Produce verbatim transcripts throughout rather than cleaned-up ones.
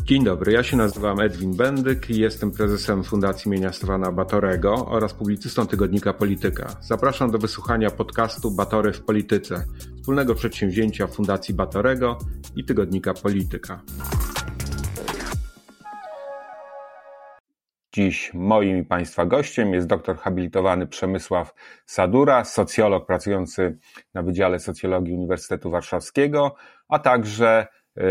Dzień dobry, ja się nazywam Edwin Bendyk i jestem prezesem Fundacji imienia Stefana Batorego oraz publicystą tygodnika Polityka. Zapraszam do wysłuchania podcastu Batory w Polityce, wspólnego przedsięwzięcia Fundacji Batorego i tygodnika Polityka. Dziś moim i Państwa gościem jest doktor habilitowany Przemysław Sadura, socjolog pracujący na Wydziale Socjologii Uniwersytetu Warszawskiego, a także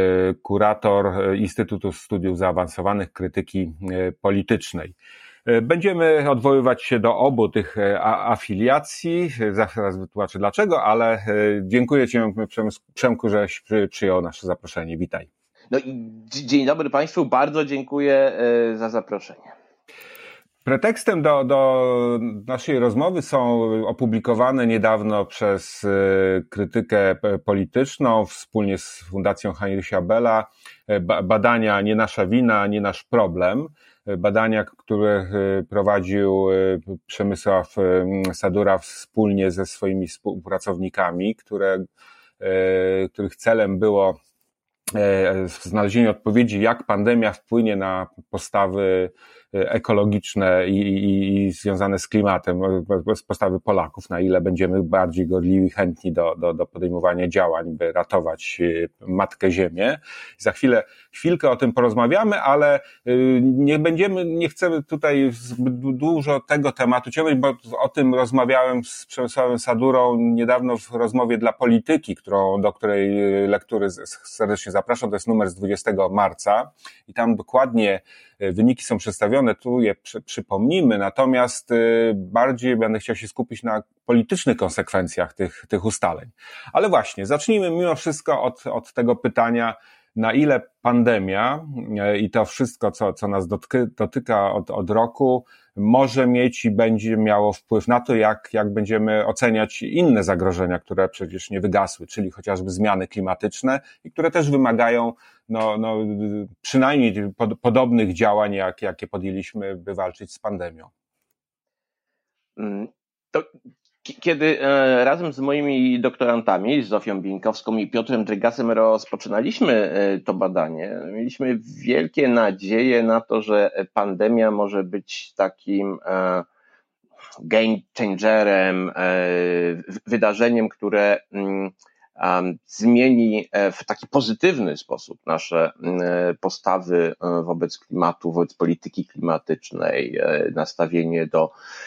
kurator Instytutu Studiów Zaawansowanych Krytyki Politycznej. Będziemy odwoływać się do obu tych afiliacji, zaraz wytłumaczę dlaczego, ale dziękuję Ci, Przemku, żeś przyjął nasze zaproszenie. Witaj. No i dzień dobry Państwu, bardzo dziękuję za zaproszenie. Pretekstem do, do naszej rozmowy są opublikowane niedawno przez Krytykę Polityczną wspólnie z Fundacją Heinricha Bölla badania Nie nasza wina, nie nasz problem. Badania, które prowadził Przemysław Sadura wspólnie ze swoimi współpracownikami, które, których celem było znalezienie odpowiedzi, jak pandemia wpłynie na postawy ekologiczne i, i, i związane z klimatem, z postawy Polaków, na ile będziemy bardziej gorliwi, chętni do, do, do podejmowania działań, by ratować Matkę Ziemię. Za chwilę, chwilkę o tym porozmawiamy, ale nie będziemy, nie chcemy tutaj zbyt dużo tego tematu ciągnąć, bo o tym rozmawiałem z Przemysławem Sadurą niedawno w rozmowie dla Polityki, którą, do której lektury serdecznie zapraszam. To jest numer z dwudziestego marca i tam dokładnie wyniki są przedstawione, tu je przy, przypomnimy, natomiast bardziej będę chciał się skupić na politycznych konsekwencjach tych, tych ustaleń. Ale właśnie, zacznijmy mimo wszystko od, od tego pytania, na ile pandemia i to wszystko, co, co nas dotyka, dotyka od, od roku, może mieć i będzie miało wpływ na to, jak, jak będziemy oceniać inne zagrożenia, które przecież nie wygasły, czyli chociażby zmiany klimatyczne i które też wymagają no, no, przynajmniej pod, podobnych działań, jak, jakie podjęliśmy, by walczyć z pandemią. To kiedy razem z moimi doktorantami, z Zofią Bieńkowską i Piotrem Drygasem rozpoczynaliśmy to badanie, mieliśmy wielkie nadzieje na to, że pandemia może być takim game changerem, wydarzeniem, które zmieni w taki pozytywny sposób nasze postawy wobec klimatu, wobec polityki klimatycznej, nastawienie do,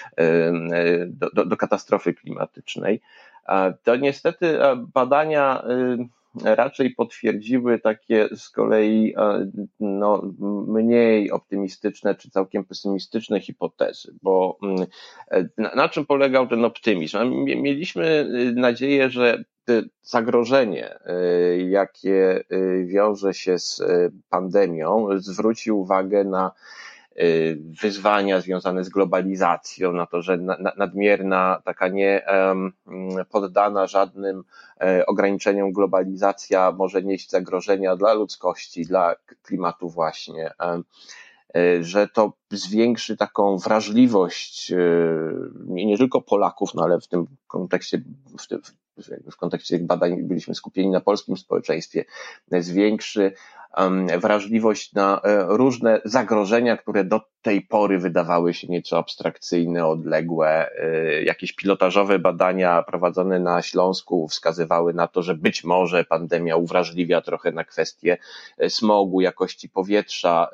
do, do katastrofy klimatycznej. To niestety badania raczej potwierdziły takie z kolei no, mniej optymistyczne czy całkiem pesymistyczne hipotezy, bo na, na czym polegał ten optymizm? Mieliśmy nadzieję, że zagrożenie, jakie wiąże się z pandemią, zwróci uwagę na wyzwania związane z globalizacją, na to, że nadmierna, taka nie poddana żadnym ograniczeniom globalizacja może nieść zagrożenia dla ludzkości, dla klimatu właśnie, że to zwiększy taką wrażliwość nie, nie tylko Polaków, no ale w tym kontekście, w, tym, w kontekście tych badań byliśmy skupieni na polskim społeczeństwie, zwiększy wrażliwość na różne zagrożenia, które do tej pory wydawały się nieco abstrakcyjne, odległe. Jakieś pilotażowe badania prowadzone na Śląsku wskazywały na to, że być może pandemia uwrażliwia trochę na kwestie smogu, jakości powietrza.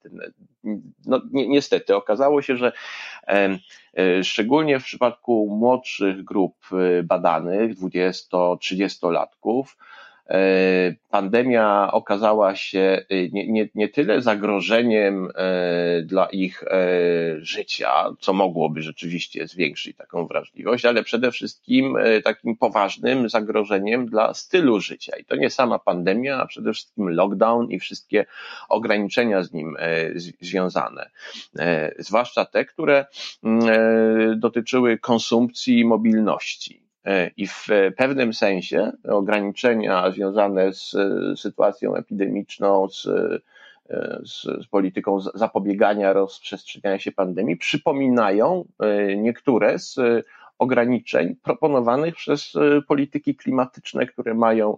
No ni- niestety okazało się, że szczególnie w przypadku młodszych grup badanych, dwudziesto-trzydziestolatków, pandemia okazała się nie, nie, nie tyle zagrożeniem dla ich życia, co mogłoby rzeczywiście zwiększyć taką wrażliwość, ale przede wszystkim takim poważnym zagrożeniem dla stylu życia. I to nie sama pandemia, a przede wszystkim lockdown i wszystkie ograniczenia z nim związane. Zwłaszcza te, które dotyczyły konsumpcji i mobilności. I w pewnym sensie ograniczenia związane z sytuacją epidemiczną, z, z, z polityką zapobiegania rozprzestrzeniania się pandemii przypominają niektóre z ograniczeń proponowanych przez polityki klimatyczne, które mają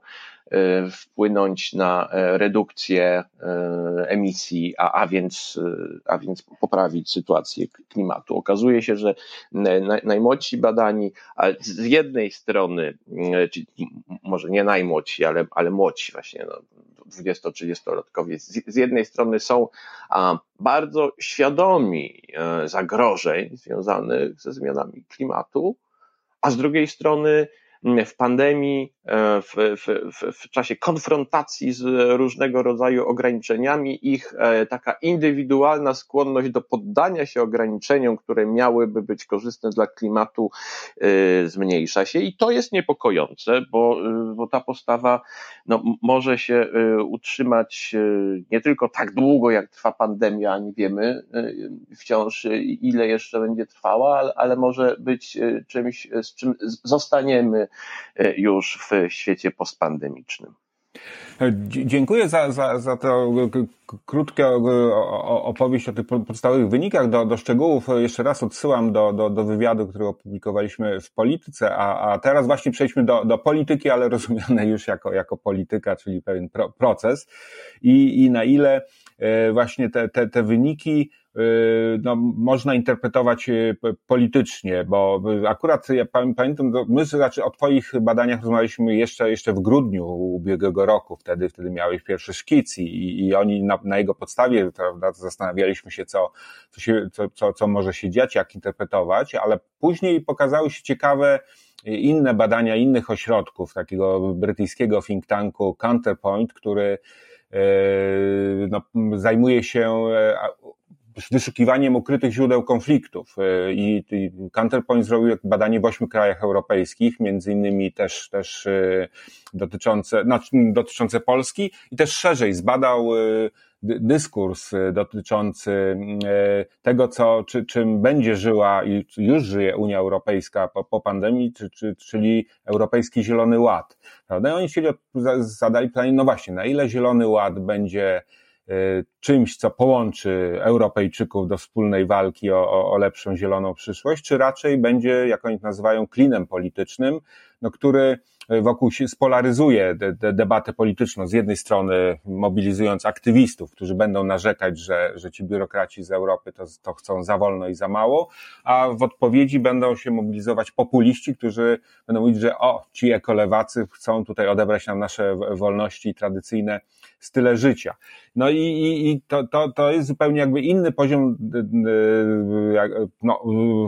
wpłynąć na redukcję emisji, a, a, więc, a więc poprawić sytuację klimatu. Okazuje się, że najmłodsi badani, ale z jednej strony, może nie najmłodsi, ale, ale młodsi właśnie, no, dwudziesto-trzydziestolatkowie, z, z jednej strony są a, bardzo świadomi zagrożeń związanych ze zmianami klimatu, a z drugiej strony w pandemii, w, w, w, w czasie konfrontacji z różnego rodzaju ograniczeniami, ich taka indywidualna skłonność do poddania się ograniczeniom, które miałyby być korzystne dla klimatu, zmniejsza się i to jest niepokojące, bo, bo ta postawa no, może się utrzymać nie tylko tak długo, jak trwa pandemia, nie wiemy wciąż, ile jeszcze będzie trwała, ale, ale może być czymś, z czym zostaniemy już w świecie postpandemicznym. Dziękuję za, za, za to krótkie opowieść o tych podstawowych wynikach. Do, do szczegółów jeszcze raz odsyłam do, do, do wywiadu, który opublikowaliśmy w Polityce, a, a teraz właśnie przejdźmy do, do polityki, ale rozumianej już jako, jako polityka, czyli pewien pro, proces i, i na ile właśnie te, te, te wyniki no, można interpretować politycznie, bo akurat ja pamiętam, my znaczy o twoich badaniach rozmawialiśmy jeszcze, jeszcze w grudniu ubiegłego roku, wtedy, wtedy miałeś pierwszy szkic i, i oni na, na jego podstawie, prawda, zastanawialiśmy się, co, co, się, co, co, co może się dziać, jak interpretować, ale później pokazały się ciekawe inne badania innych ośrodków, takiego brytyjskiego think tanku Counterpoint, który no, zajmuje się wyszukiwaniem ukrytych źródeł konfliktów i Counterpoint zrobił badanie w ośmiu krajach europejskich, między innymi też, też dotyczące, znaczy dotyczące Polski i też szerzej zbadał dyskurs dotyczący tego, co, czy, czym będzie żyła i już żyje Unia Europejska po, po pandemii, czy, czy, czyli Europejski Zielony Ład. Prawda? I oni chcieli, zadali pytanie, no właśnie, na ile Zielony Ład będzie czymś, co połączy Europejczyków do wspólnej walki o, o, o lepszą zieloną przyszłość, czy raczej będzie, jak oni to nazywają, klinem politycznym, no, który wokół się spolaryzuje de, de, debatę polityczną, z jednej strony mobilizując aktywistów, którzy będą narzekać, że, że ci biurokraci z Europy to, to chcą za wolno i za mało, a w odpowiedzi będą się mobilizować populiści, którzy będą mówić, że o, ci ekolewacy chcą tutaj odebrać nam nasze wolności i tradycyjne style życia. No i, i, i to, to, to jest zupełnie jakby inny poziom no,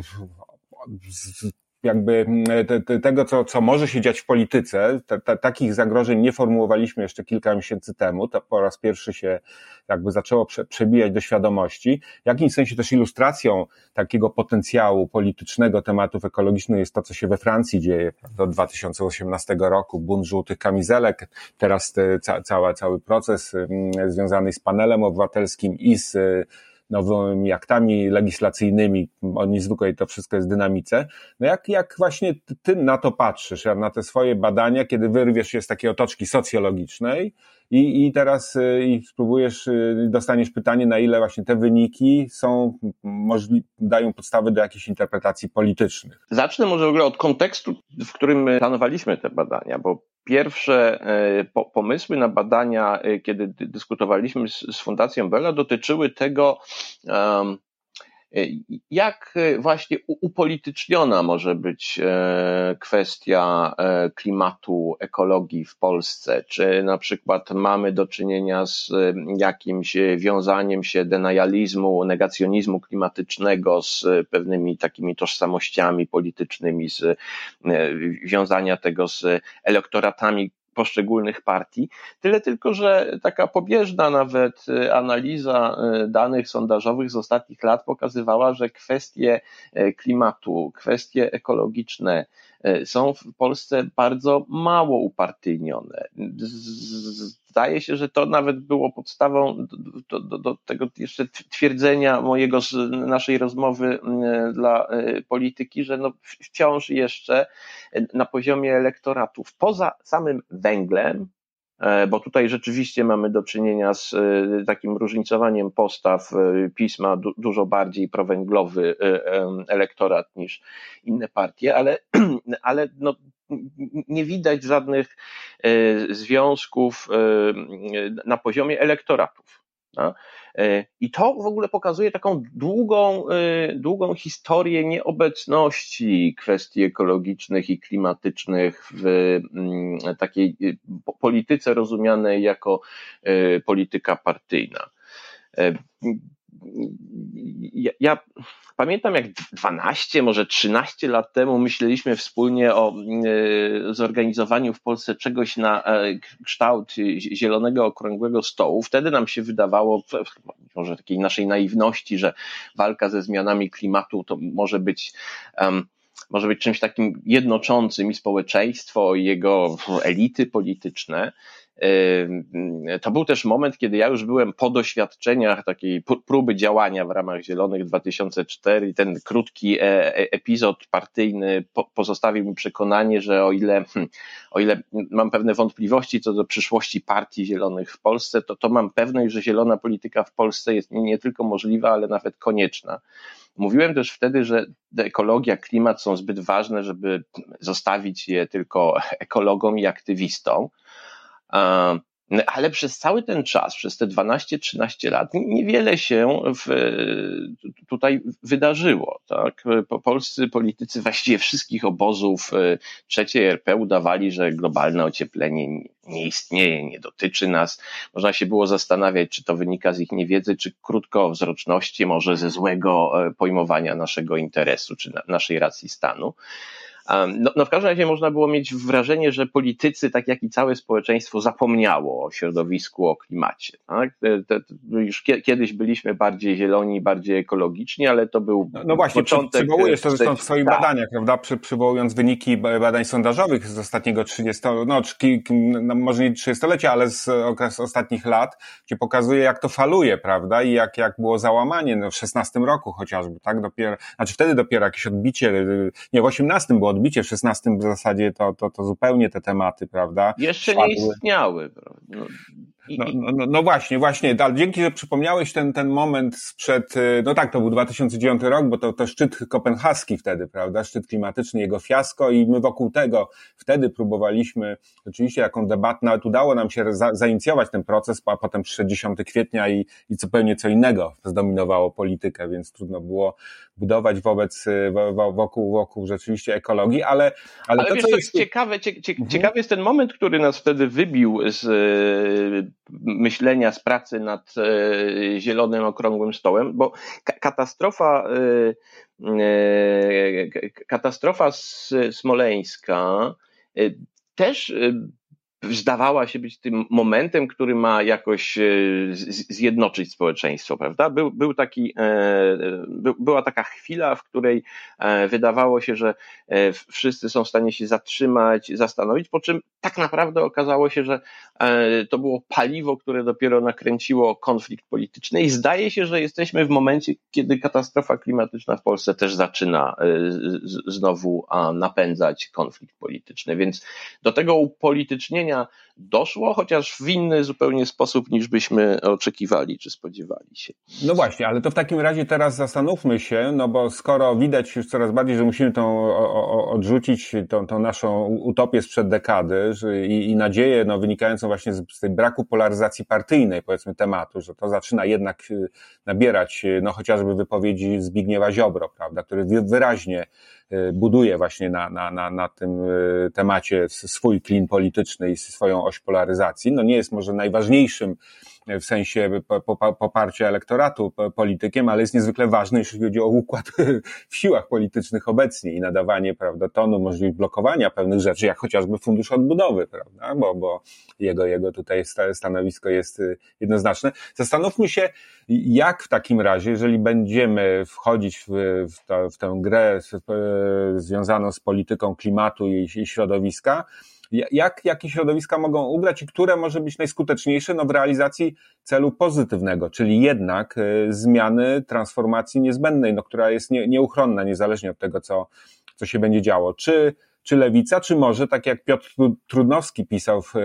jakby te, te, tego, co, co może się dziać w polityce. Te, te, takich zagrożeń nie formułowaliśmy jeszcze kilka miesięcy temu. To po raz pierwszy się jakby zaczęło prze, przebijać do świadomości. W jakimś sensie też ilustracją takiego potencjału politycznego tematów ekologicznych jest to, co się we Francji dzieje do dwa tysiące osiemnastego roku. Bunt żółtych kamizelek. Teraz te, ca, cała, cały proces m, związany z panelem obywatelskim i z nowymi aktami legislacyjnymi, o niezwykłej to wszystko jest dynamice. No jak, jak właśnie ty na to patrzysz, na te swoje badania, kiedy wyrwiesz się z takiej otoczki socjologicznej i, i teraz i spróbujesz, dostaniesz pytanie, na ile właśnie te wyniki są możli- dają podstawy do jakichś interpretacji politycznych. Zacznę może w ogóle od kontekstu, w którym planowaliśmy te badania, bo pierwsze pomysły na badania, kiedy dyskutowaliśmy z, z Fundacją Bella, dotyczyły tego, um, jak właśnie upolityczniona może być kwestia klimatu, ekologii w Polsce? Czy na przykład mamy do czynienia z jakimś wiązaniem się denializmu, negacjonizmu klimatycznego z pewnymi takimi tożsamościami politycznymi, z wiązania tego z elektoratami poszczególnych partii. Tyle tylko, że taka pobieżna nawet analiza danych sondażowych z ostatnich lat pokazywała, że kwestie klimatu, kwestie ekologiczne są w Polsce bardzo mało upartyjnione. Zdaje się, że to nawet było podstawą do, do, do tego jeszcze twierdzenia mojego z naszej rozmowy dla polityki, że no wciąż jeszcze na poziomie elektoratów, poza samym węglem, bo tutaj rzeczywiście mamy do czynienia z takim różnicowaniem postaw. PiS ma du- dużo bardziej prowęglowy elektorat niż inne partie, ale, ale no, nie widać żadnych związków na poziomie elektoratów. I to w ogóle pokazuje taką długą, długą historię nieobecności kwestii ekologicznych i klimatycznych w takiej polityce rozumianej jako polityka partyjna. Ja, ja pamiętam, jak dwanaście, może trzynaście lat temu myśleliśmy wspólnie o e, zorganizowaniu w Polsce czegoś na e, kształt zielonego, okrągłego stołu. Wtedy nam się wydawało, może takiej naszej naiwności, że walka ze zmianami klimatu to może być um, może być czymś takim jednoczącym i społeczeństwo, i jego elity polityczne. To był też moment, kiedy ja już byłem po doświadczeniach takiej próby działania w ramach Zielonych dwa tysiące cztery i ten krótki epizod partyjny pozostawił mi przekonanie, że o ile, o ile mam pewne wątpliwości co do przyszłości partii zielonych w Polsce, to, to mam pewność, że zielona polityka w Polsce jest nie tylko możliwa, ale nawet konieczna. Mówiłem też wtedy, że ekologia, klimat są zbyt ważne, żeby zostawić je tylko ekologom i aktywistom. Ale przez cały ten czas, przez te dwanaście trzynaście lat niewiele się w, tutaj wydarzyło. Tak? Polscy politycy właściwie wszystkich obozów trzeciej R P udawali, że globalne ocieplenie nie istnieje, nie dotyczy nas. Można się było zastanawiać, czy to wynika z ich niewiedzy, czy krótkowzroczności, może ze złego pojmowania naszego interesu, czy naszej racji stanu. No, no w każdym razie można było mieć wrażenie, że politycy, tak jak i całe społeczeństwo, zapomniało o środowisku, o klimacie. Tak? Te, te, już kiedyś byliśmy bardziej zieloni, bardziej ekologiczni, ale to był No, no właśnie, początek... przywołujesz to zresztą w swoich tak. badaniach, prawda? Przy, przywołując wyniki badań sondażowych z ostatniego trzydziestolecia, no, no może nie trzydziestolecia, ale z okresu ostatnich lat, gdzie pokazuje, jak to faluje, prawda? I jak, jak było załamanie, no w szesnastym roku chociażby, tak? Dopiero, znaczy wtedy dopiero jakieś odbicie, nie, w osiemnastym było odbicie, w szesnastym w zasadzie to, to, to zupełnie te tematy, prawda? Jeszcze Szpadły. nie istniały. No, i, no, no, no właśnie, właśnie, ale dzięki, że przypomniałeś ten, ten moment sprzed, no tak, to był dwa tysiące dziewiąty rok, bo to, to szczyt kopenhaski wtedy, prawda? Szczyt klimatyczny, jego fiasko i my wokół tego wtedy próbowaliśmy rzeczywiście jaką debatę, nawet udało nam się za, zainicjować ten proces, a potem przyszedł dziesiątego kwietnia i, i zupełnie co innego zdominowało politykę, więc trudno było budować wobec, wokół, wokół rzeczywiście ekologii, ale, ale, ale to, wiesz, co to jest... ciekawe, cie, cie, mhm. ciekawy jest ten moment, który nas wtedy wybił z e, myślenia, z pracy nad e, zielonym, okrągłym stołem, bo ka- katastrofa e, e, katastrofa z smoleńska e, też e, zdawała się być tym momentem, który ma jakoś zjednoczyć społeczeństwo, prawda? Był, był taki, by, była taka chwila, w której wydawało się, że wszyscy są w stanie się zatrzymać, zastanowić, po czym tak naprawdę okazało się, że to było paliwo, które dopiero nakręciło konflikt polityczny i zdaje się, że jesteśmy w momencie, kiedy katastrofa klimatyczna w Polsce też zaczyna znowu napędzać konflikt polityczny, więc do tego upolitycznienia doszło, chociaż w inny zupełnie sposób niż byśmy oczekiwali czy spodziewali się. No właśnie, ale to w takim razie teraz zastanówmy się, no bo skoro widać już coraz bardziej, że musimy tą odrzucić tą, tą naszą utopię sprzed dekady że, i, i nadzieję no, wynikającą właśnie z, z tej braku polaryzacji partyjnej, powiedzmy, tematu, że to zaczyna jednak nabierać no chociażby wypowiedzi Zbigniewa Ziobro, prawda, który wyraźnie buduje właśnie na, na, na, na tym temacie swój klin polityczny i swoją oś polaryzacji. No nie jest może najważniejszym w sensie poparcia elektoratu politykiem, ale jest niezwykle ważny, jeśli chodzi o układ w siłach politycznych obecnie i nadawanie, prawda, tonu, możliwość blokowania pewnych rzeczy, jak chociażby Fundusz Odbudowy, prawda, bo, bo jego, jego tutaj stanowisko jest jednoznaczne. Zastanówmy się, jak w takim razie, jeżeli będziemy wchodzić w, w, to, w tę grę w, związaną z polityką klimatu i, i środowiska, Jak, jakie środowiska mogą ugrać i które może być najskuteczniejsze no, w realizacji celu pozytywnego, czyli jednak y, zmiany, transformacji niezbędnej, no, która jest nie, nieuchronna, niezależnie od tego, co, co się będzie działo. Czy, czy lewica, czy może, tak jak Piotr Trudnowski pisał w,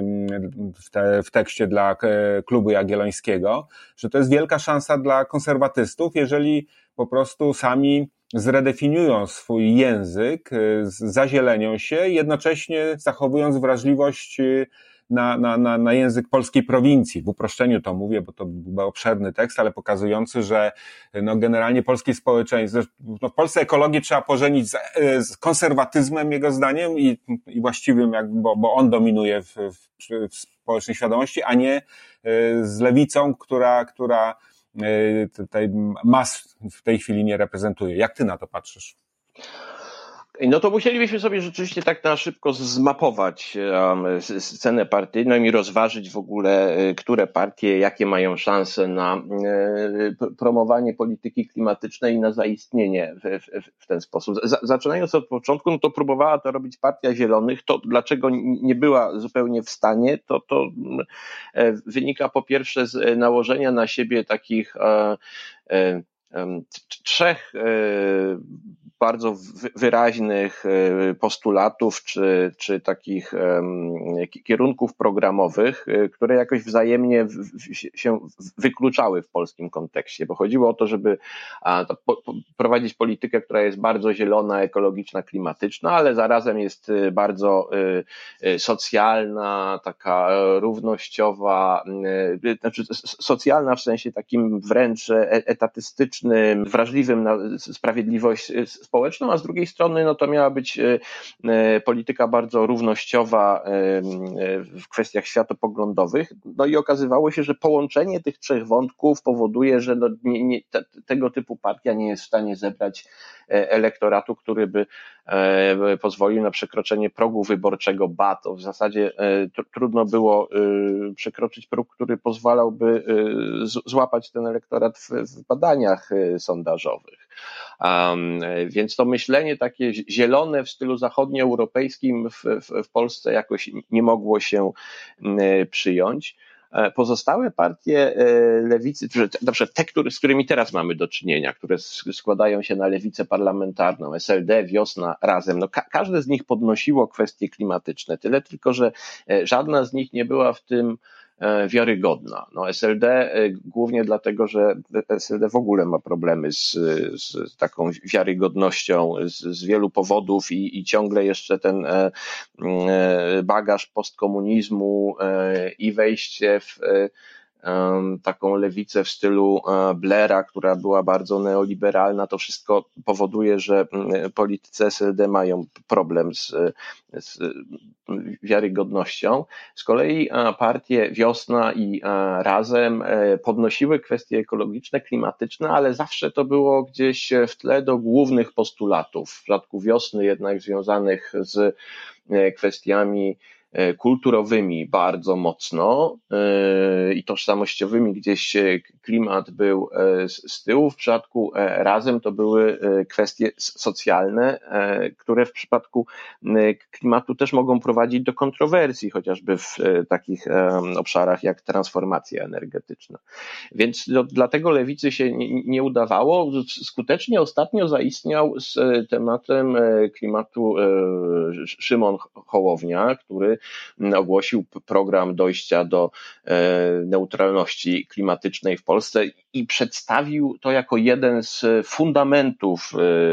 w, te, w tekście dla Klubu Jagiellońskiego, że to jest wielka szansa dla konserwatystów, jeżeli po prostu sami zredefiniują swój język, zazielenią się, jednocześnie zachowując wrażliwość na, na, na, na język polskiej prowincji. W uproszczeniu to mówię, bo to był obszerny tekst, ale pokazujący, że no generalnie polskie społeczeństwo, no w Polsce ekologię trzeba pożenić z, z konserwatyzmem jego zdaniem i, i właściwym, jakby, bo, bo on dominuje w, w, w społecznej świadomości, a nie z lewicą, która, która tej mas w tej chwili nie reprezentuje. Jak ty na to patrzysz? No to musielibyśmy sobie rzeczywiście tak na szybko zmapować um, scenę partyjną i rozważyć w ogóle, które partie, jakie mają szanse na e, promowanie polityki klimatycznej i na zaistnienie w, w, w ten sposób. Z, zaczynając od początku, no to próbowała to robić Partia Zielonych. To dlaczego nie była zupełnie w stanie, to, to e, wynika po pierwsze z nałożenia na siebie takich e, e, trzech bardzo wyraźnych postulatów czy, czy takich kierunków programowych, które jakoś wzajemnie się wykluczały w polskim kontekście, bo chodziło o to, żeby prowadzić politykę, która jest bardzo zielona, ekologiczna, klimatyczna, ale zarazem jest bardzo socjalna, taka równościowa, znaczy socjalna w sensie takim wręcz etatystycznym, wrażliwym na sprawiedliwość społeczną, a z drugiej strony no to miała być polityka bardzo równościowa w kwestiach światopoglądowych. No i okazywało się, że połączenie tych trzech wątków powoduje, że no nie, nie, te, tego typu partia nie jest w stanie zebrać elektoratu, który by pozwolił na przekroczenie progu wyborczego B A T. W zasadzie trudno było przekroczyć próg, który pozwalałby złapać ten elektorat w, w badaniach sondażowych. Um, więc to myślenie takie zielone w stylu zachodnioeuropejskim w, w, w Polsce jakoś nie mogło się przyjąć. Pozostałe partie lewicy, na przykład te, które, z którymi teraz mamy do czynienia, które składają się na lewicę parlamentarną, S L D, Wiosna, Razem, no ka- każde z nich podnosiło kwestie klimatyczne, tyle tylko, że żadna z nich nie była w tym wiarygodna. No S L D głównie dlatego, że S L D w ogóle ma problemy z, z taką wiarygodnością z, z wielu powodów i, i ciągle jeszcze ten e, e, bagaż postkomunizmu e, i wejście w e, taką lewicę w stylu Blaira, która była bardzo neoliberalna, to wszystko powoduje, że politycy S L D mają problem z, z wiarygodnością. Z kolei partie Wiosna i Razem podnosiły kwestie ekologiczne, klimatyczne, ale zawsze to było gdzieś w tle do głównych postulatów. W przypadku Wiosny jednak związanych z kwestiami kulturowymi bardzo mocno i tożsamościowymi, gdzieś klimat był z tyłu. W przypadku Razem to były kwestie socjalne, które w przypadku klimatu też mogą prowadzić do kontrowersji, chociażby w takich obszarach jak transformacja energetyczna. Więc do, dlatego lewicy się nie, nie udawało. Skutecznie ostatnio zaistniał z tematem klimatu Szymon Hołownia, który ogłosił program dojścia do neutralności klimatycznej w Polsce i przedstawił to jako jeden z fundamentów,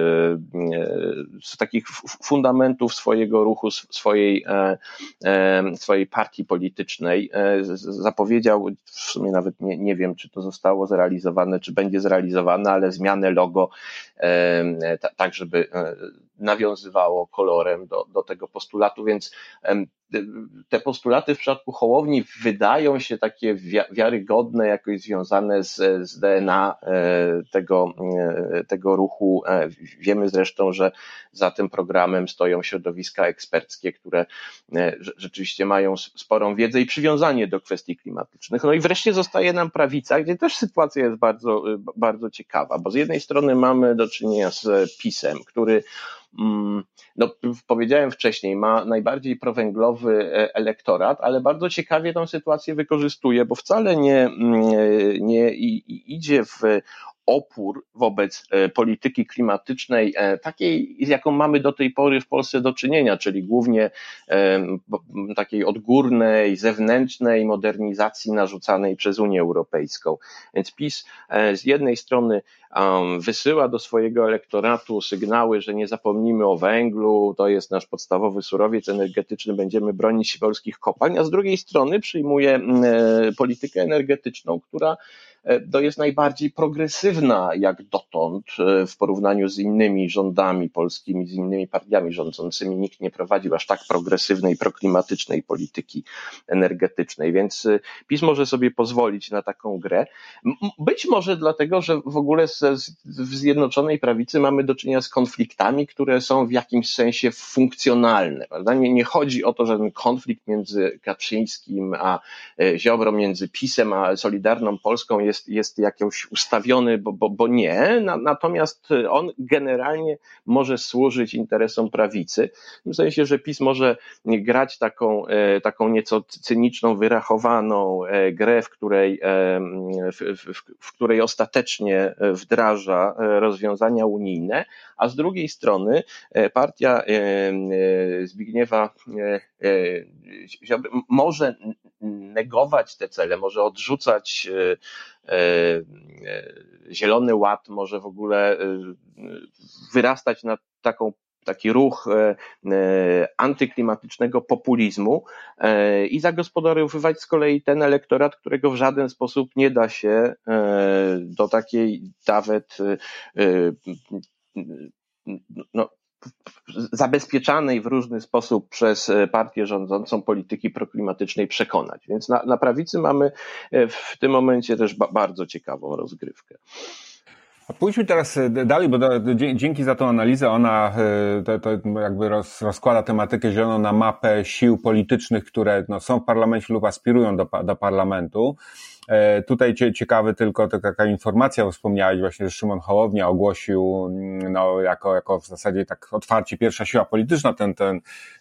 z takich fundamentów swojego ruchu, swojej, swojej partii politycznej. Zapowiedział, w sumie nawet nie, nie wiem, czy to zostało zrealizowane, czy będzie zrealizowane, ale zmianę logo tak, żeby nawiązywało kolorem do, do tego postulatu, więc te postulaty w przypadku Hołowni wydają się takie wiarygodne, jakoś związane z, z D N A tego, tego ruchu. Wiemy zresztą, że za tym programem stoją środowiska eksperckie, które rzeczywiście mają sporą wiedzę i przywiązanie do kwestii klimatycznych. No i wreszcie zostaje nam prawica, gdzie też sytuacja jest bardzo, bardzo ciekawa, bo z jednej strony mamy do czynienia z PiS-em, który no, powiedziałem wcześniej, ma najbardziej prowęglowy elektorat, ale bardzo ciekawie tę sytuację wykorzystuje, bo wcale nie, nie idzie w opór wobec polityki klimatycznej, takiej, z jaką mamy do tej pory w Polsce do czynienia, czyli głównie takiej odgórnej, zewnętrznej modernizacji narzucanej przez Unię Europejską. Więc PiS z jednej strony wysyła do swojego elektoratu sygnały, że nie zapomnimy o węglu, to jest nasz podstawowy surowiec energetyczny, będziemy bronić polskich kopalń, a z drugiej strony przyjmuje politykę energetyczną, która to jest najbardziej progresywna jak dotąd w porównaniu z innymi rządami polskimi, z innymi partiami rządzącymi. Nikt nie prowadził aż tak progresywnej, proklimatycznej polityki energetycznej, więc PiS może sobie pozwolić na taką grę. Być może dlatego, że w ogóle w Zjednoczonej Prawicy mamy do czynienia z konfliktami, które są w jakimś sensie funkcjonalne. Prawda? Nie, nie chodzi o to, że ten konflikt między Kaczyńskim a Ziobrą, między PiS-em a Solidarną Polską jest Jest, jest jakiś ustawiony, bo, bo, bo nie, Na, natomiast on generalnie może służyć interesom prawicy, w tym sensie, że PiS może grać taką, taką nieco cyniczną, wyrachowaną grę, w której, w, w, w której ostatecznie wdraża rozwiązania unijne, a z drugiej strony partia Zbigniewa Ziobry może negować te cele, może odrzucać Zielony Ład, może w ogóle wyrastać na taką taki ruch antyklimatycznego populizmu i zagospodarowywać z kolei ten elektorat, którego w żaden sposób nie da się do takiej nawet no, zabezpieczanej w różny sposób przez partię rządzącą polityki proklimatycznej przekonać. Więc na, na prawicy mamy w tym momencie też ba, bardzo ciekawą rozgrywkę. A pójdźmy teraz dalej, bo do, do, dzięki za tą analizę ona to, to jakby roz, rozkłada tematykę zieloną na mapę sił politycznych, które no, są w parlamencie lub aspirują do, do parlamentu. Tutaj ciekawy tylko taka informacja, bo wspomniałeś właśnie, że Szymon Hołownia ogłosił no, jako, jako w zasadzie tak otwarcie pierwsza siła polityczna ten, ten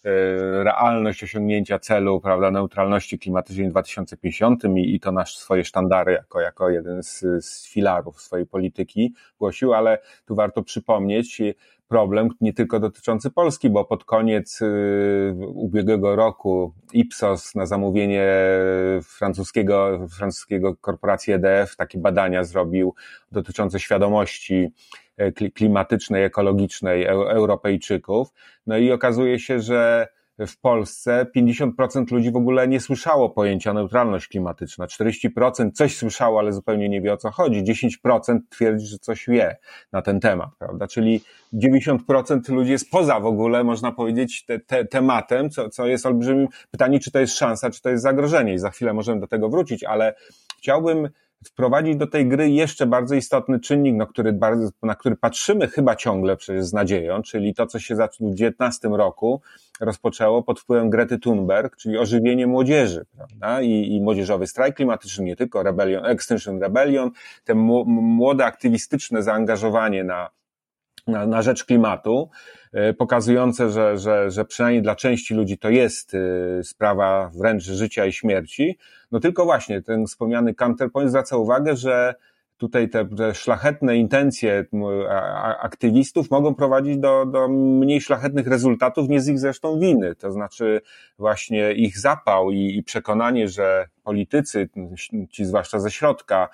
realność osiągnięcia celu, prawda, neutralności klimatycznej w dwa tysiące pięćdziesiątym i, i to nasz swoje sztandary jako, jako jeden z, z filarów swojej polityki głosił, ale tu warto przypomnieć problem nie tylko dotyczący Polski, bo pod koniec y, ubiegłego roku Ipsos na zamówienie francuskiego, francuskiego korporacji E D F takie badania zrobił dotyczące świadomości klimatycznej, ekologicznej Europejczyków. No i okazuje się, że w Polsce pięćdziesiąt procent ludzi w ogóle nie słyszało pojęcia neutralność klimatyczna, czterdzieści procent coś słyszało, ale zupełnie nie wie, o co chodzi, dziesięć procent twierdzi, że coś wie na ten temat, prawda, czyli dziewięćdziesiąt procent ludzi jest poza w ogóle, można powiedzieć, te, te, tematem, co, co jest olbrzymim pytanie, czy to jest szansa, czy to jest zagrożenie i za chwilę możemy do tego wrócić, ale chciałbym wprowadzić do tej gry jeszcze bardzo istotny czynnik, no, który bardzo, na który patrzymy chyba ciągle przecież z nadzieją, czyli to, co się w dwa tysiące dziewiętnastym roku rozpoczęło pod wpływem Grety Thunberg, czyli ożywienie młodzieży, prawda, i, i młodzieżowy strajk klimatyczny, nie tylko Rebellion, Extinction Rebellion, te młode aktywistyczne zaangażowanie na Na, na rzecz klimatu, pokazujące, że, że, że przynajmniej dla części ludzi to jest sprawa wręcz życia i śmierci. No tylko właśnie ten wspomniany Counterpoint zwraca uwagę, że tutaj te, te szlachetne intencje aktywistów mogą prowadzić do, do mniej szlachetnych rezultatów, nie z ich zresztą winy. To znaczy właśnie ich zapał i, i przekonanie, że politycy, ci zwłaszcza ze środka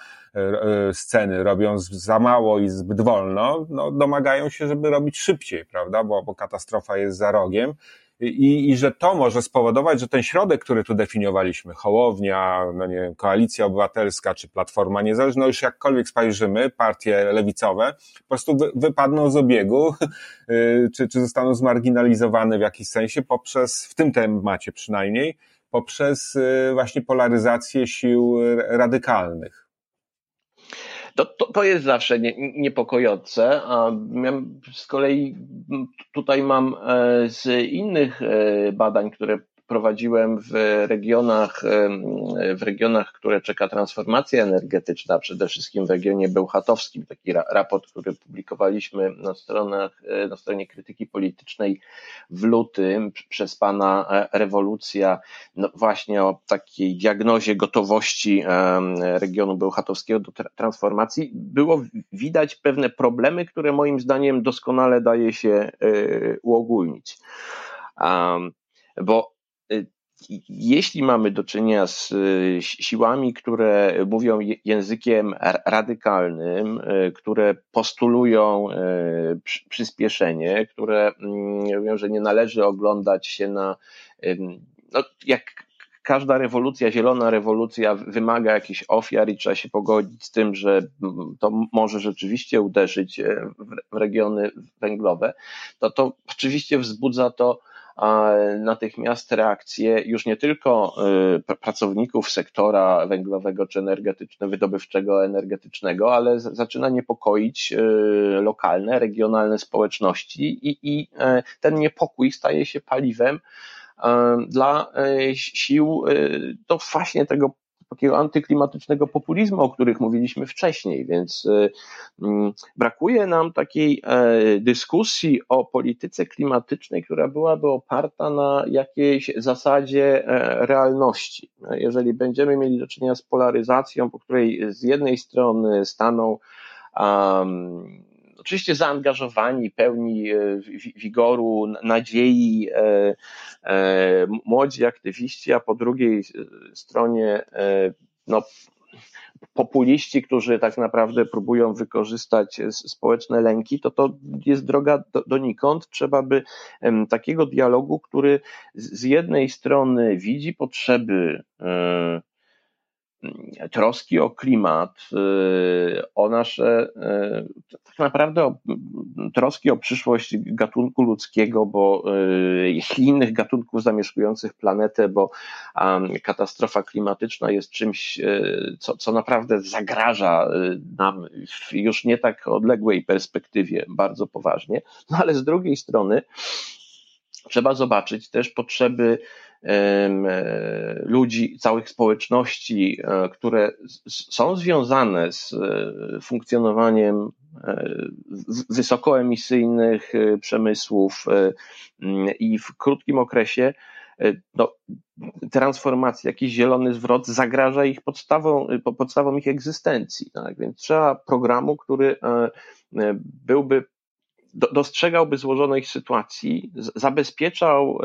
sceny, robią za mało i zbyt wolno, no domagają się, żeby robić szybciej, prawda, bo, bo katastrofa jest za rogiem. I, i że to może spowodować, że ten środek, który tu definiowaliśmy, Hołownia, no nie wiem, Koalicja Obywatelska czy Platforma Niezależna, no już jakkolwiek spojrzymy, partie lewicowe, po prostu wy, wypadną z obiegu, czy, czy zostaną zmarginalizowane w jakiś sensie poprzez, w tym temacie przynajmniej, poprzez właśnie polaryzację sił radykalnych. To, to, to jest zawsze nie, niepokojące, a z kolei tutaj mam z innych badań, które prowadziłem w regionach, w regionach, które czeka transformacja energetyczna, przede wszystkim w regionie bełchatowskim. Taki raport, który publikowaliśmy na stronach, na stronie Krytyki Politycznej w lutym przez pana Rewolucja, no właśnie o takiej diagnozie gotowości regionu bełchatowskiego do transformacji. Było widać pewne problemy, które moim zdaniem doskonale daje się uogólnić. Bo jeśli mamy do czynienia z siłami, które mówią językiem radykalnym, które postulują przyspieszenie, które mówią, że nie należy oglądać się na, no jak każda rewolucja, zielona rewolucja wymaga jakichś ofiar i trzeba się pogodzić z tym, że to może rzeczywiście uderzyć w regiony węglowe, to to oczywiście wzbudza to natychmiast reakcje już nie tylko pracowników sektora węglowego czy energetycznego, wydobywczego, energetycznego, ale zaczyna niepokoić lokalne, regionalne społeczności i, i ten niepokój staje się paliwem dla sił to właśnie tego takiego antyklimatycznego populizmu, o których mówiliśmy wcześniej, więc brakuje nam takiej dyskusji o polityce klimatycznej, która byłaby oparta na jakiejś zasadzie realności. Jeżeli będziemy mieli do czynienia z polaryzacją, po której z jednej strony staną um, oczywiście zaangażowani, pełni wigoru, nadziei młodzi aktywiści, a po drugiej stronie no, populiści, którzy tak naprawdę próbują wykorzystać społeczne lęki, to to jest droga do, donikąd. Trzeba by takiego dialogu, który z jednej strony widzi potrzeby troski o klimat, o nasze, tak naprawdę o, troski o przyszłość gatunku ludzkiego, bo i innych gatunków zamieszkujących planetę, bo katastrofa klimatyczna jest czymś, co, co naprawdę zagraża nam w już nie tak odległej perspektywie bardzo poważnie, no ale z drugiej strony trzeba zobaczyć też potrzeby ludzi, całych społeczności, które są związane z funkcjonowaniem wysokoemisyjnych przemysłów i w krótkim okresie no, transformacja, jakiś zielony zwrot zagraża ich podstawą, podstawą ich egzystencji. Tak? Więc trzeba programu, który byłby dostrzegałby złożonej sytuacji, zabezpieczał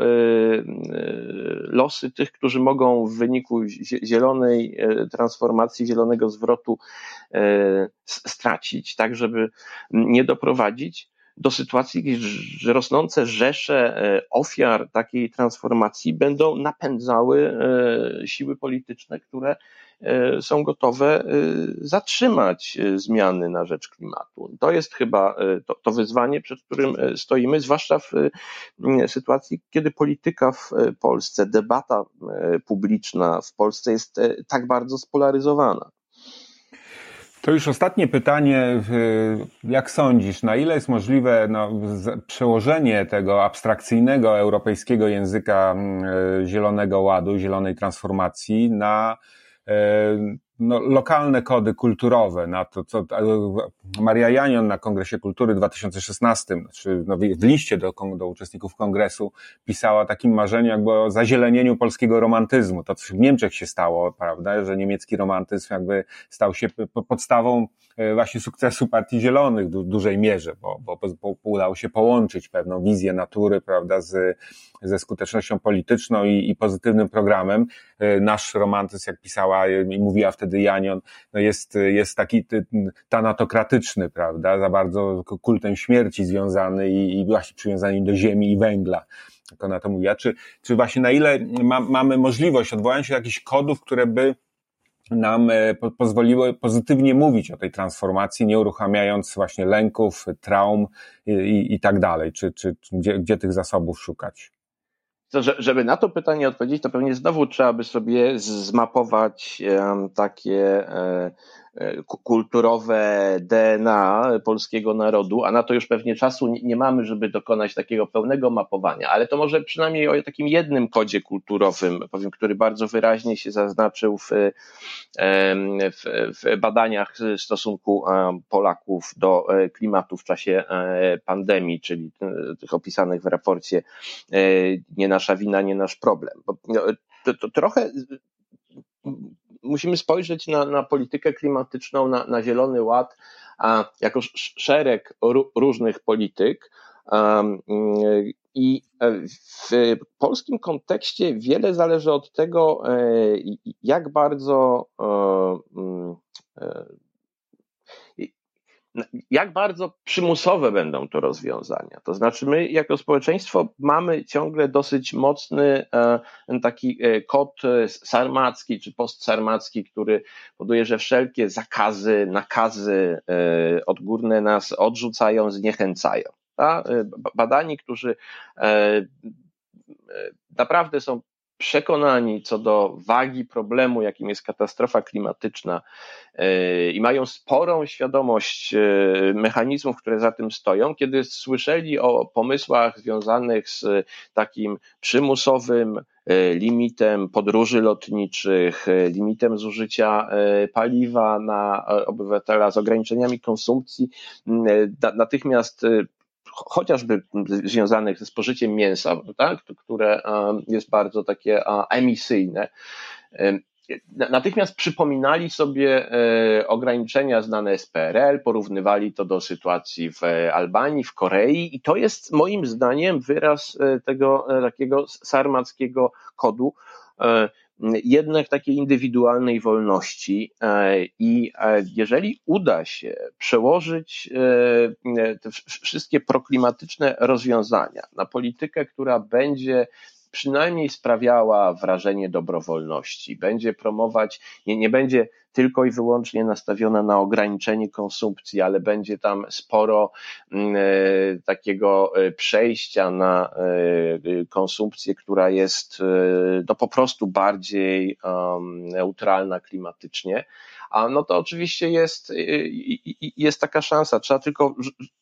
losy tych, którzy mogą w wyniku zielonej transformacji, zielonego zwrotu stracić, tak żeby nie doprowadzić do sytuacji, że rosnące rzesze ofiar takiej transformacji będą napędzały siły polityczne, które są gotowe zatrzymać zmiany na rzecz klimatu. To jest chyba to, to wyzwanie, przed którym stoimy, zwłaszcza w sytuacji, kiedy polityka w Polsce, debata publiczna w Polsce jest tak bardzo spolaryzowana. To już ostatnie pytanie, jak sądzisz, na ile jest możliwe no, przełożenie tego abstrakcyjnego europejskiego języka Zielonego Ładu, zielonej transformacji na no, lokalne kody kulturowe, na to, co Maria Janion na Kongresie Kultury dwa tysiące szesnastym, znaczy no, w liście do, do uczestników kongresu pisała o takim marzeniu jakby o zazielenieniu polskiego romantyzmu. To, co w Niemczech się stało, prawda, że niemiecki romantyzm jakby stał się podstawą właśnie sukcesu Partii Zielonych w dużej mierze, bo, bo, bo udało się połączyć pewną wizję natury, prawda, z, ze skutecznością polityczną i, i pozytywnym programem. Nasz romantyzm, jak pisała i mówiła wtedy Janion, no jest, jest taki tanatokratyczny, prawda, za bardzo kultem śmierci związany i, i właśnie przywiązaniem do ziemi i węgla, jak ona to mówiła. Czy, czy właśnie na ile ma, mamy możliwość odwołania się do jakichś kodów, które by nam po, pozwoliły pozytywnie mówić o tej transformacji, nie uruchamiając właśnie lęków, traum i, i, i tak dalej. Czy, czy, czy gdzie, gdzie tych zasobów szukać? To, żeby na to pytanie odpowiedzieć, to pewnie znowu trzeba by sobie zmapować takie kulturowe D N A polskiego narodu, a na to już pewnie czasu nie mamy, żeby dokonać takiego pełnego mapowania, ale to może przynajmniej o takim jednym kodzie kulturowym, powiem, który bardzo wyraźnie się zaznaczył w, w, w badaniach stosunku Polaków do klimatu w czasie pandemii, czyli tych opisanych w raporcie Nie nasza wina, nie nasz problem. Bo to, to trochę musimy spojrzeć na, na politykę klimatyczną, na, na Zielony Ład, a jako szereg różnych polityk. Um, I w polskim kontekście wiele zależy od tego, jak bardzo jak bardzo przymusowe będą to rozwiązania. To znaczy my jako społeczeństwo mamy ciągle dosyć mocny taki kod sarmacki czy postsarmacki, który powoduje, że wszelkie zakazy, nakazy odgórne nas odrzucają, zniechęcają. Badani, którzy naprawdę są przekonani co do wagi problemu, jakim jest katastrofa klimatyczna i mają sporą świadomość mechanizmów, które za tym stoją, kiedy słyszeli o pomysłach związanych z takim przymusowym limitem podróży lotniczych, limitem zużycia paliwa na obywatela, z ograniczeniami konsumpcji, natychmiast chociażby związanych ze spożyciem mięsa, tak, które jest bardzo takie emisyjne, natychmiast przypominali sobie ograniczenia znane z P R L, porównywali to do sytuacji w Albanii, w Korei i to jest moim zdaniem wyraz tego takiego sarmackiego kodu, jednak takiej indywidualnej wolności i jeżeli uda się przełożyć te wszystkie proklimatyczne rozwiązania na politykę, która będzie przynajmniej sprawiała wrażenie dobrowolności, będzie promować, nie, nie będzie tylko i wyłącznie nastawiona na ograniczenie konsumpcji, ale będzie tam sporo e, takiego przejścia na e, konsumpcję, która jest e, no, po prostu bardziej um, neutralna klimatycznie, a no to oczywiście jest, jest taka szansa, trzeba tylko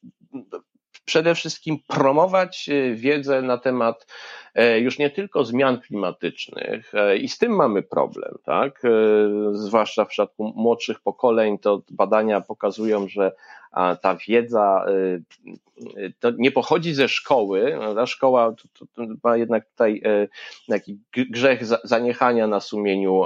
przede wszystkim promować wiedzę na temat już nie tylko zmian klimatycznych i z tym mamy problem, tak? Zwłaszcza w przypadku młodszych pokoleń to badania pokazują, że ta wiedza to nie pochodzi ze szkoły, ta szkoła to, to, to ma jednak tutaj taki grzech zaniechania na sumieniu,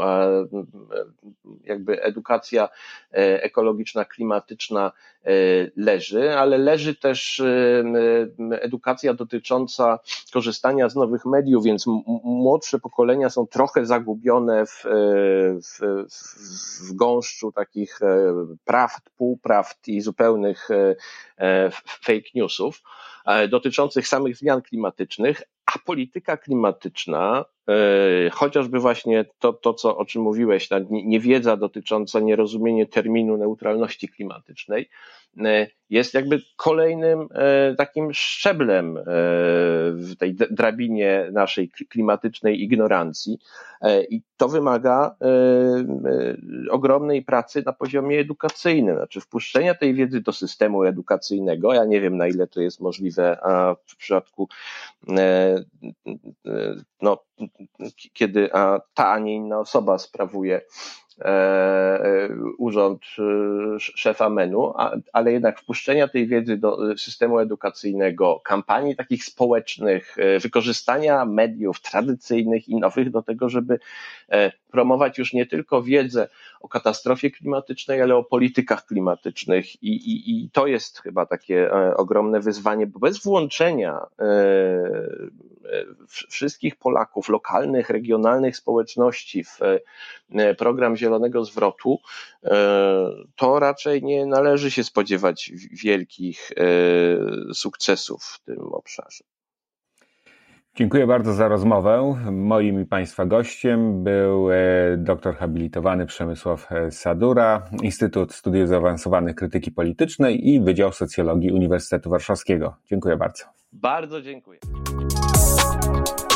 jakby edukacja ekologiczna, klimatyczna leży, ale leży też edukacja dotycząca korzystania z nowych mediów, więc młodsze pokolenia są trochę zagubione w, w, w gąszczu takich prawd, półprawd i zupełnych fake newsów dotyczących samych zmian klimatycznych, a polityka klimatyczna, chociażby właśnie to, to co, o czym mówiłeś, ta niewiedza dotycząca, nierozumienie terminu neutralności klimatycznej, jest jakby kolejnym takim szczeblem w tej drabinie naszej klimatycznej ignorancji i to wymaga ogromnej pracy na poziomie edukacyjnym, znaczy wpuszczenia tej wiedzy do systemu edukacyjnego. Ja nie wiem, na ile to jest możliwe w przypadku no, kiedy ta, a nie inna osoba sprawuje urząd szefa M E N-u, ale jednak wpuszczenia tej wiedzy do systemu edukacyjnego, kampanii takich społecznych, wykorzystania mediów tradycyjnych i nowych do tego, żeby promować już nie tylko wiedzę o katastrofie klimatycznej, ale o politykach klimatycznych i, i, i to jest chyba takie ogromne wyzwanie, bo bez włączenia wszystkich Polaków, lokalnych, regionalnych społeczności w program Zielonego Zwrotu, to raczej nie należy się spodziewać wielkich sukcesów w tym obszarze. Dziękuję bardzo za rozmowę. Moim i Państwa gościem był doktor habilitowany Przemysław Sadura, Instytut Studiów Zaawansowanych Krytyki Politycznej i Wydział Socjologii Uniwersytetu Warszawskiego. Dziękuję bardzo. Bardzo dziękuję.